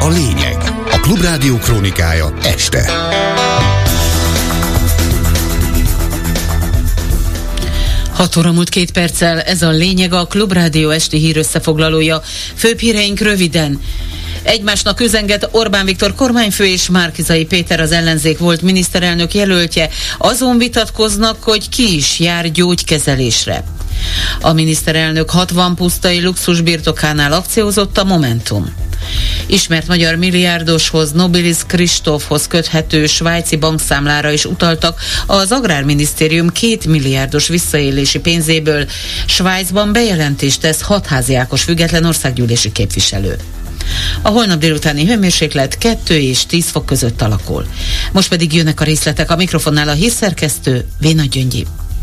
a lényeg. A Klubrádió krónikája este. Hat óra múlt 2 perccel, ez a lényeg, a Klubrádió esti hírösszefoglalója. Főbb híreink röviden. Egymásnak üzenget Orbán Viktor kormányfő és Márki-Zay Péter, az ellenzék volt miniszterelnök jelöltje. Azon vitatkoznak, hogy ki is jár gyógykezelésre. A miniszterelnök 60 pusztai luxusbirtokánál akciózott a Momentum. Ismert magyar milliárdoshoz, Nobilis Kristófhoz köthető svájci bankszámlára is utaltak az Agrárminisztérium 2 milliárdos visszaélési pénzéből. Svájcban bejelentést tesz 6 házi Ákos független országgyűlési képviselő. A holnap délutáni hőmérséklet 2 és 10 fok között alakul. Most pedig jönnek a részletek, a mikrofonnál a hírszerkesztő Véna Gyöngyi.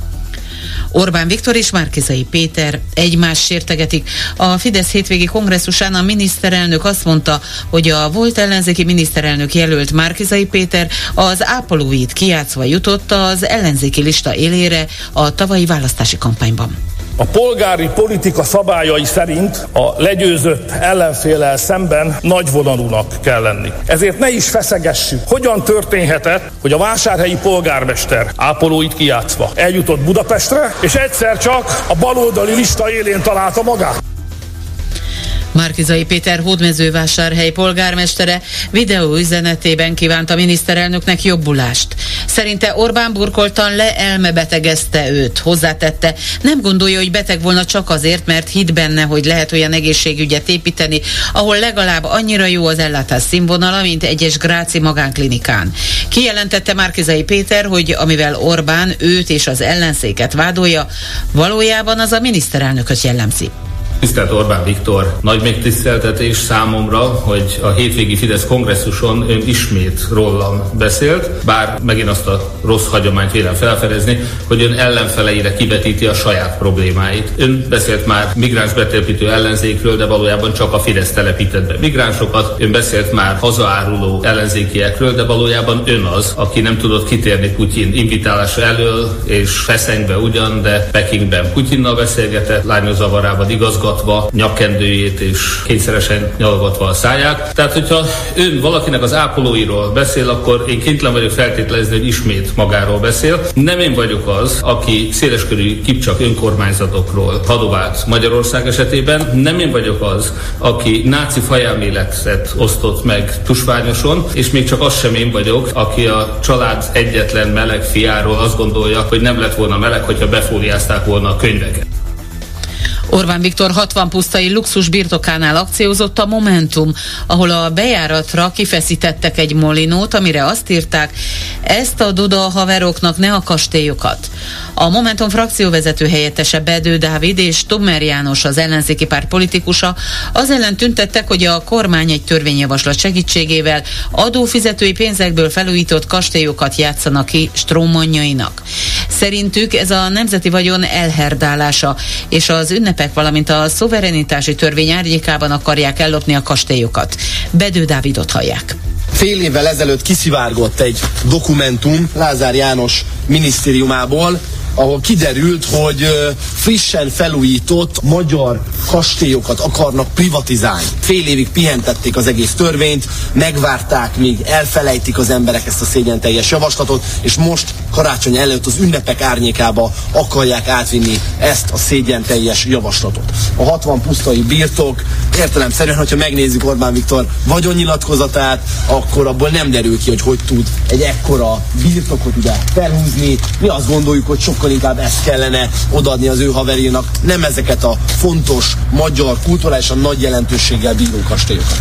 Orbán Viktor és Márki-Zay Péter egymást sértegetik. A Fidesz hétvégi kongresszusán a miniszterelnök azt mondta, hogy a volt ellenzéki miniszterelnök jelölt Márki-Zay Péter az ápolóit kijátszva jutott az ellenzéki lista élére a tavalyi választási kampányban. A polgári politika szabályai szerint a legyőzött ellenféllel szemben nagyvonalúnak kell lenni. Ezért ne is feszegessük, hogyan történhetett, hogy a vásárhelyi polgármester ápolóit kijátszva eljutott Budapestre, és egyszer csak a baloldali lista élén találta magát. Márki-Zay Péter Hódmezővásárhely polgármestere videóüzenetében kívánt a miniszterelnöknek jobbulást. Szerinte Orbán burkoltan elmebetegezte őt. Hozzátette, nem gondolja, hogy beteg volna csak azért, mert hitt benne, hogy lehet olyan egészségügyet építeni, ahol legalább annyira jó az ellátás színvonala, mint egyes gráci magánklinikán. Kijelentette Márki-Zay Péter, hogy amivel Orbán őt és az ellenzéket vádolja, valójában az a miniszterelnököt jellemzi. Tisztelt Orbán Viktor, nagy megtiszteltetés számomra, hogy a hétvégi Fidesz kongresszuson ön ismét rólam beszélt, bár megint azt a rossz hagyományt vélem felfedezni, hogy ön ellenfeleire kivetíti a saját problémáit. Ön beszélt már migráns betelepítő ellenzékről, de valójában csak a Fidesz telepített be migránsokat. Ön beszélt már hazaáruló ellenzékiekről, de valójában ön az, aki nem tudott kitérni Putyin invitálása elől, és feszengve ugyan, de Pekingben Putyinnal beszélgetett, lányozavarában igazgatva nyakkendőjét és kényszeresen nyalogatva a száját. Tehát, hogyha ön valakinek az ápolóiról beszél, akkor én kénytelen vagyok feltételezni, hogy ismét magáról beszél. Nem én vagyok az, aki széleskörű kipcsak önkormányzatokról hadovált Magyarország esetében. Nem én vagyok az, aki náci fajelméletet osztott meg tusványoson, és még csak az sem én vagyok, aki a család egyetlen meleg fiáról azt gondolja, hogy nem lett volna meleg, hogyha befóliázták volna a könyveket. Orbán Viktor 60 pusztai luxus birtokánál akciózott a Momentum, ahol a bejáratra kifeszítettek egy molinót, amire azt írták, ezt a Duda haveroknak, ne a kastélyokat. A Momentum frakcióvezető helyettese Bedő Dávid és Tobmer János, az ellenzéki párt politikusa, az ellen tüntettek, hogy a kormány egy törvényjavaslat segítségével adófizetői pénzekből felújított kastélyokat játszanak ki strómanjainak. Szerintük ez a nemzeti vagyon elherdálása, és az ünnepek, valamint a szuverenitási törvény árnyékában akarják ellopni a kastélyokat. Bedő Dávidot hallják. Fél évvel ezelőtt kiszivárgott egy dokumentum Lázár János minisztériumából, ahol kiderült, hogy frissen felújított magyar kastélyokat akarnak privatizálni. Fél évig pihentették az egész törvényt, megvárták, míg elfelejtik az emberek ezt a szégyenteljes javaslatot, és most karácsony előtt az ünnepek árnyékába akarják átvinni ezt a szégyenteljes javaslatot. A 60 pusztai birtok, értelemszerűen, hogyha megnézzük Orbán Viktor vagyonnyilatkozatát, akkor abból nem derül ki, hogy tud egy ekkora birtokot ide felhúzni. Mi azt gondoljuk, hogy sokkal inkább ezt kellene odaadni az ő haverjának, nem ezeket a fontos magyar kulturálisan nagy jelentőséggel bíró kastélyokat.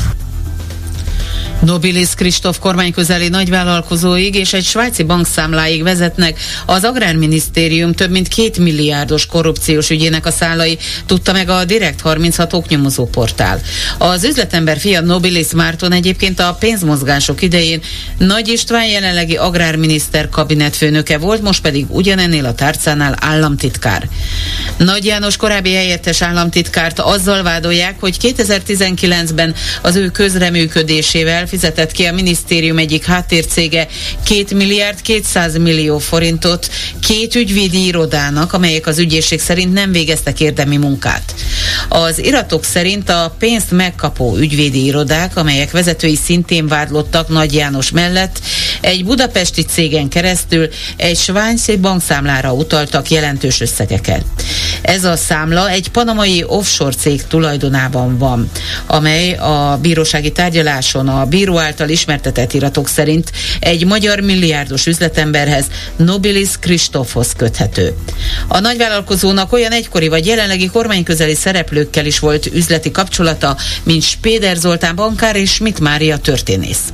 Nobilis Kristóf kormányközeli nagyvállalkozóig és egy svájci bankszámláig vezetnek az Agrárminisztérium több mint 2 milliárdos korrupciós ügyének a szálai, tudta meg a Direkt 36 oknyomozó portál. Az üzletember fia Nobilis Márton egyébként a pénzmozgások idején Nagy István jelenlegi agrárminiszter kabinetfőnöke volt, most pedig ugyanennél a tárcánál államtitkár. Nagy János korábbi helyettes államtitkárt azzal vádolják, hogy 2019-ben az ő közreműködésével fizetett ki a minisztérium egyik háttércége 2 milliárd 200 millió forintot 2 ügyvédi irodának, amelyek az ügyészség szerint nem végeztek érdemi munkát. Az iratok szerint a pénzt megkapó ügyvédi irodák, amelyek vezetői szintén vádlottak Nagy János mellett, egy budapesti cégen keresztül egy svájci bankszámlára utaltak jelentős összegeket. Ez a számla egy panamai offshore cég tulajdonában van, amely a bírósági tárgyaláson a bíró által ismertetett iratok szerint egy magyar milliárdos üzletemberhez, Nobilis Kristófhoz köthető. A nagyvállalkozónak olyan egykori vagy jelenlegi kormányközeli szereplőkkel is volt üzleti kapcsolata, mint Spéder Zoltán bankár és Schmidt Mária történész.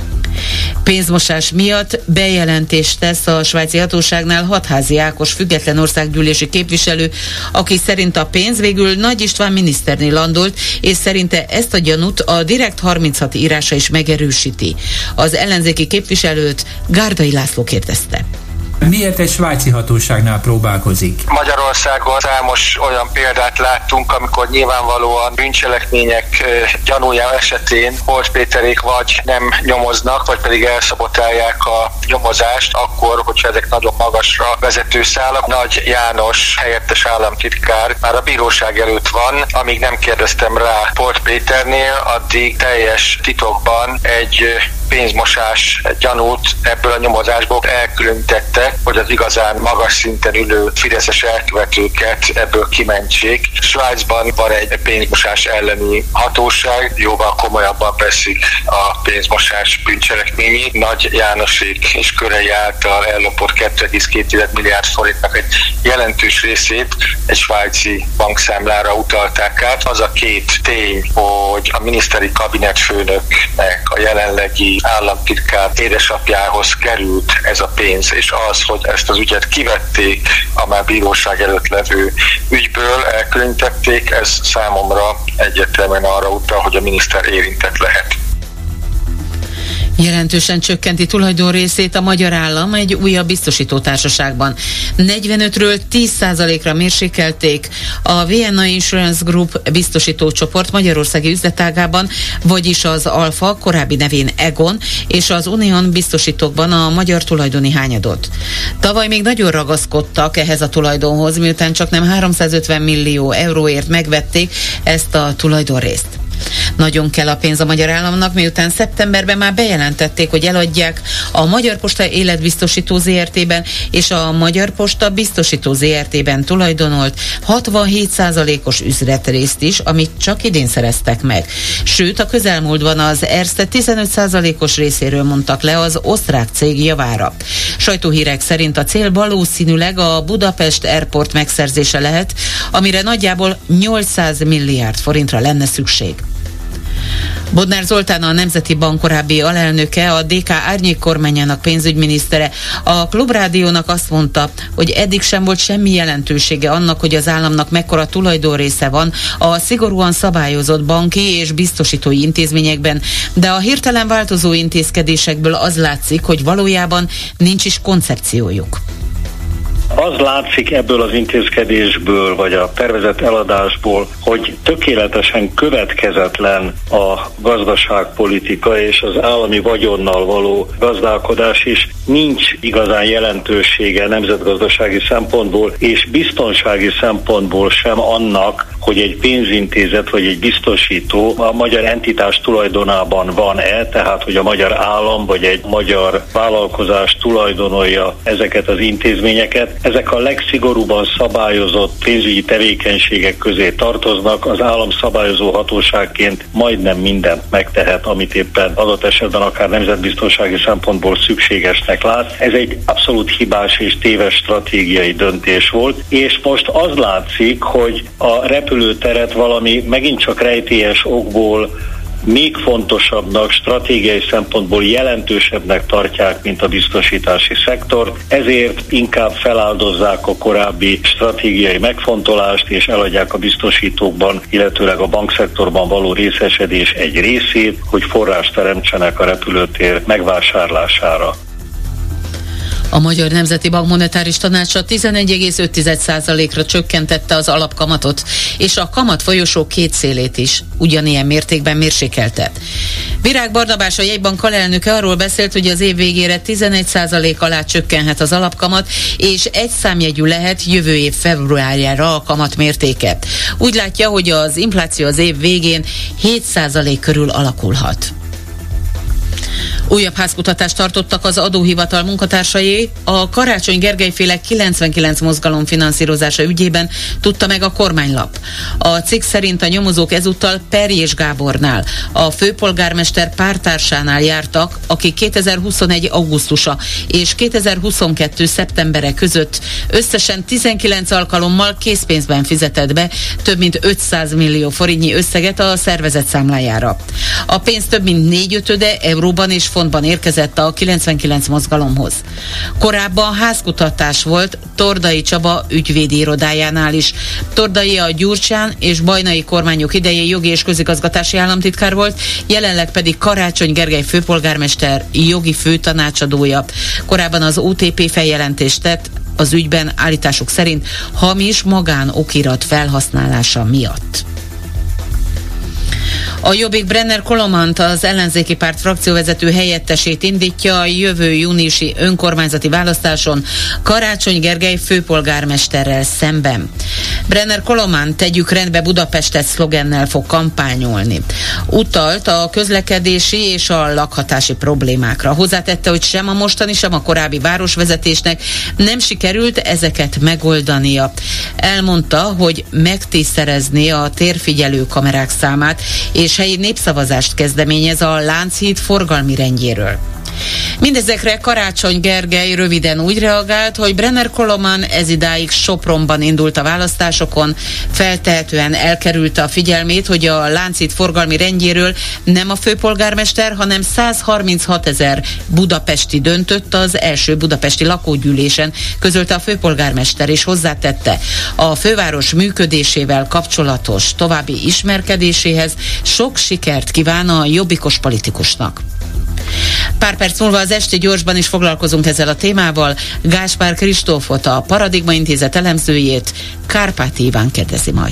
Pénzmosás miatt bejelentést tesz a svájci hatóságnál Hatházi Ákos független országgyűlési képviselő, aki szerint a pénz végül Nagy István miniszternél landolt, és szerinte ezt a gyanút a Direkt 36 írása is megerősíti. Az ellenzéki képviselőt Gárdai László kérdezte. Miért egy svájci hatóságnál próbálkozik? Magyarországon számos olyan példát láttunk, amikor nyilvánvalóan bűncselekmények gyanúja esetén Holt Péterék vagy nem nyomoznak, vagy pedig elszabotálják a nyomozást, akkor, hogyha ezek nagyon magasra vezető szálak. Nagy János helyettes államtitkár már a bíróság előtt van, amíg nem kérdeztem rá Holt Péternél, addig teljes titokban egy pénzmosás gyanút ebből a nyomozásból elkülönítettek, hogy az igazán magas szinten ülő fideszes elkövetőket ebből kimentsék. Svájcban van egy pénzmosás elleni hatóság, jóval komolyabban veszik a pénzmosás bűncselekményét. Nagy Jánosék és körei által ellopott 2,2 milliárd forintnak egy jelentős részét egy svájci bankszámlára utalták át. Az a két tény, hogy a miniszteri kabinetfőnöknek a jelenlegi államtitkár édesapjához került ez a pénz, és az, hogy ezt az ügyet kivették a már bíróság előtt levő ügyből, elkülönítették, ez számomra egyértelműen arra utal, hogy a miniszter érintett lehet. Jelentősen csökkenti tulajdonrészét a magyar állam egy újabb biztosítótársaságban. 45-ről 10%-ra mérsékelték a Vienna Insurance Group biztosítócsoport magyarországi üzletágában, vagyis az Alfa, korábbi nevén Egon, és az Union biztosítókban a magyar tulajdoni hányadot. Tavaly még nagyon ragaszkodtak ehhez a tulajdonhoz, miután csaknem 350 millió euróért megvették ezt a tulajdonrészt. Nagyon kell a pénz a magyar államnak, miután szeptemberben már bejelentették, hogy eladják a Magyar Posta Életbiztosító ZRT-ben és a Magyar Posta Biztosító ZRT-ben tulajdonolt 67%-os üzletrészt is, amit csak idén szereztek meg. Sőt, a közelmúltban az Erste 15%-os részéről mondtak le az osztrák cég javára. Sajtóhírek szerint a cél valószínűleg a Budapest Airport megszerzése lehet, amire nagyjából 800 milliárd forintra lenne szükség. Bodnár Zoltán, a Nemzeti Bank korábbi alelnöke, a DK árnyék kormányának pénzügyminisztere a Klubrádiónak azt mondta, hogy eddig sem volt semmi jelentősége annak, hogy az államnak mekkora tulajdonrésze van a szigorúan szabályozott banki és biztosítói intézményekben, de a hirtelen változó intézkedésekből az látszik, hogy valójában nincs is koncepciójuk. Az látszik ebből az intézkedésből, vagy a tervezett eladásból, hogy tökéletesen következetlen a gazdaságpolitika és az állami vagyonnal való gazdálkodás is. Nincs igazán jelentősége nemzetgazdasági szempontból és biztonsági szempontból sem annak, hogy egy pénzintézet vagy egy biztosító a magyar entitás tulajdonában van-e, tehát hogy a magyar állam vagy egy magyar vállalkozás tulajdonolja ezeket az intézményeket. Ezek a legszigorúbban szabályozott pénzügyi tevékenységek közé tartoznak, az állam szabályozó hatóságként majdnem mindent megtehet, amit éppen adott esetben akár nemzetbiztonsági szempontból szükségesnek lát. Ez egy abszolút hibás és téves stratégiai döntés volt, és most az látszik, hogy a repülőteret valami megint csak rejtélyes okból még fontosabbnak, stratégiai szempontból jelentősebbnek tartják, mint a biztosítási szektor, ezért inkább feláldozzák a korábbi stratégiai megfontolást, és eladják a biztosítókban, illetőleg a bankszektorban való részesedés egy részét, hogy forrást teremtsenek a repülőtér megvásárlására. A Magyar Nemzeti Bank monetáris tanácsa 11,5%-ra csökkentette az alapkamatot, és a kamat folyosó két szélét is ugyanilyen mértékben mérsékelte. Virág Barnabás, a jegybank alelnöke arról beszélt, hogy az év végére 11% alá csökkenhet az alapkamat, és egy számjegyű lehet jövő év februárjára a kamat mértéke. Úgy látja, hogy az infláció az év végén 7% körül alakulhat. Újabb házkutatást tartottak az adóhivatal munkatársai. A Karácsony Gergely-féle 99 mozgalom finanszírozása ügyében tudta meg a kormánylap. A cikk szerint a nyomozók ezúttal Perjés Gábornál, a főpolgármester pártársánál jártak, akik 2021. augusztusa és 2022. szeptembere között összesen 19 alkalommal készpénzben fizetett be több mint 500 millió forintnyi összeget a szervezet számlájára. A pénz több mint 4/5 euróban és fontban érkezett a 99 mozgalomhoz. Korábban házkutatás volt Tordai Csaba ügyvédi irodájánál is. Tordai a Gyurcsán és Bajnai kormányok idején jogi és közigazgatási államtitkár volt, jelenleg pedig Karácsony Gergely főpolgármester jogi főtanácsadója. Korábban az OTP feljelentést tett az ügyben állításuk szerint hamis magánokirat felhasználása miatt. A Jobbik Brenner Kolomant, az ellenzéki párt frakcióvezető helyettesét indítja a jövő júniusi önkormányzati választáson Karácsony Gergely főpolgármesterrel szemben. Brenner Kolomant tegyük rendbe Budapestet szlogennel fog kampányolni. Utalt a közlekedési és a lakhatási problémákra. Hozzátette, hogy sem a mostani, sem a korábbi városvezetésnek nem sikerült ezeket megoldania. Elmondta, hogy megtízszerezné a térfigyelő kamerák számát, és helyi népszavazást kezdeményez a Lánchíd forgalmi rendjéről. Mindezekre Karácsony Gergely röviden úgy reagált, hogy Brenner Koloman ezidáig Sopronban indult a választásokon, feltehetően elkerülte a figyelmét, hogy a Lánchíd forgalmi rendjéről nem a főpolgármester, hanem 136 000 budapesti döntött az első budapesti lakógyűlésen, közölte a főpolgármester, és hozzátette, a főváros működésével kapcsolatos további ismerkedéséhez sok sikert kíván a jobbikos politikusnak. Pár perc múlva az Esti Gyorsban is foglalkozunk ezzel a témával. Gáspár Kristófot, a Paradigma Intézet elemzőjét Kárpáti Iván kérdezi majd.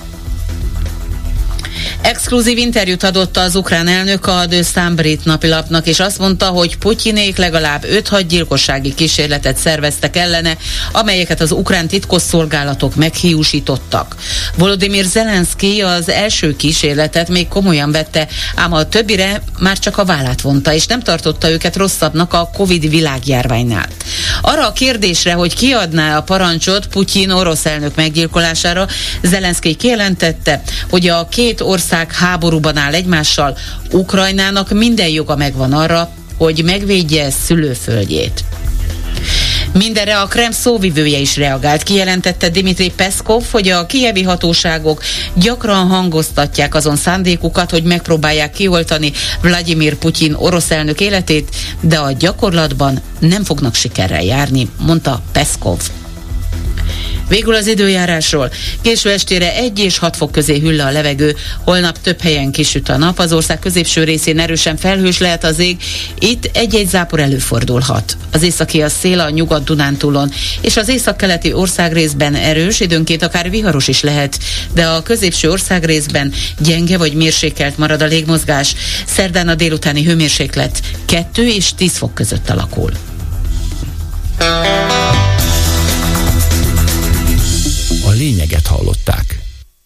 Exkluzív interjút adott az ukrán elnök a The Sun brit napilapnak, és azt mondta, hogy Putyinék legalább 5-6 gyilkossági kísérletet szerveztek ellene, amelyeket az ukrán titkosszolgálatok meghiúsítottak. Volodymyr Zelenszky az első kísérletet még komolyan vette, ám a többire már csak a vállát vonta, és nem tartotta őket rosszabbnak a Covid világjárványnál. Arra a kérdésre, hogy kiadná a parancsot Putyin orosz elnök meggyilkolására, Zelenszky kijelentette, hogy a két ország háborúban áll egymással, Ukrajnának minden joga megvan arra, hogy megvédje szülőföldjét. Mindenre a Kreml szóvivője is reagált. Kijelentette Dmitri Peszkov, hogy a kijevi hatóságok gyakran hangoztatják azon szándékukat, hogy megpróbálják kioltani Vladimir Putyin orosz elnök életét, de a gyakorlatban nem fognak sikerrel járni, mondta Peszkov. Végül az időjárásról. Késő estére 1 és 6 fok közé hűl le a levegő, holnap több helyen kisüt a nap, az ország középső részén erősen felhős lehet az ég, itt egy-egy zápor előfordulhat. Az északi a szél a Nyugat-Dunántúlon, és az északkeleti országrészben erős, időnként akár viharos is lehet, de a középső országrészben gyenge vagy mérsékelt marad a légmozgás. Szerdán a délutáni hőmérséklet 2 és 10 fok között alakul. A lényeget hallott.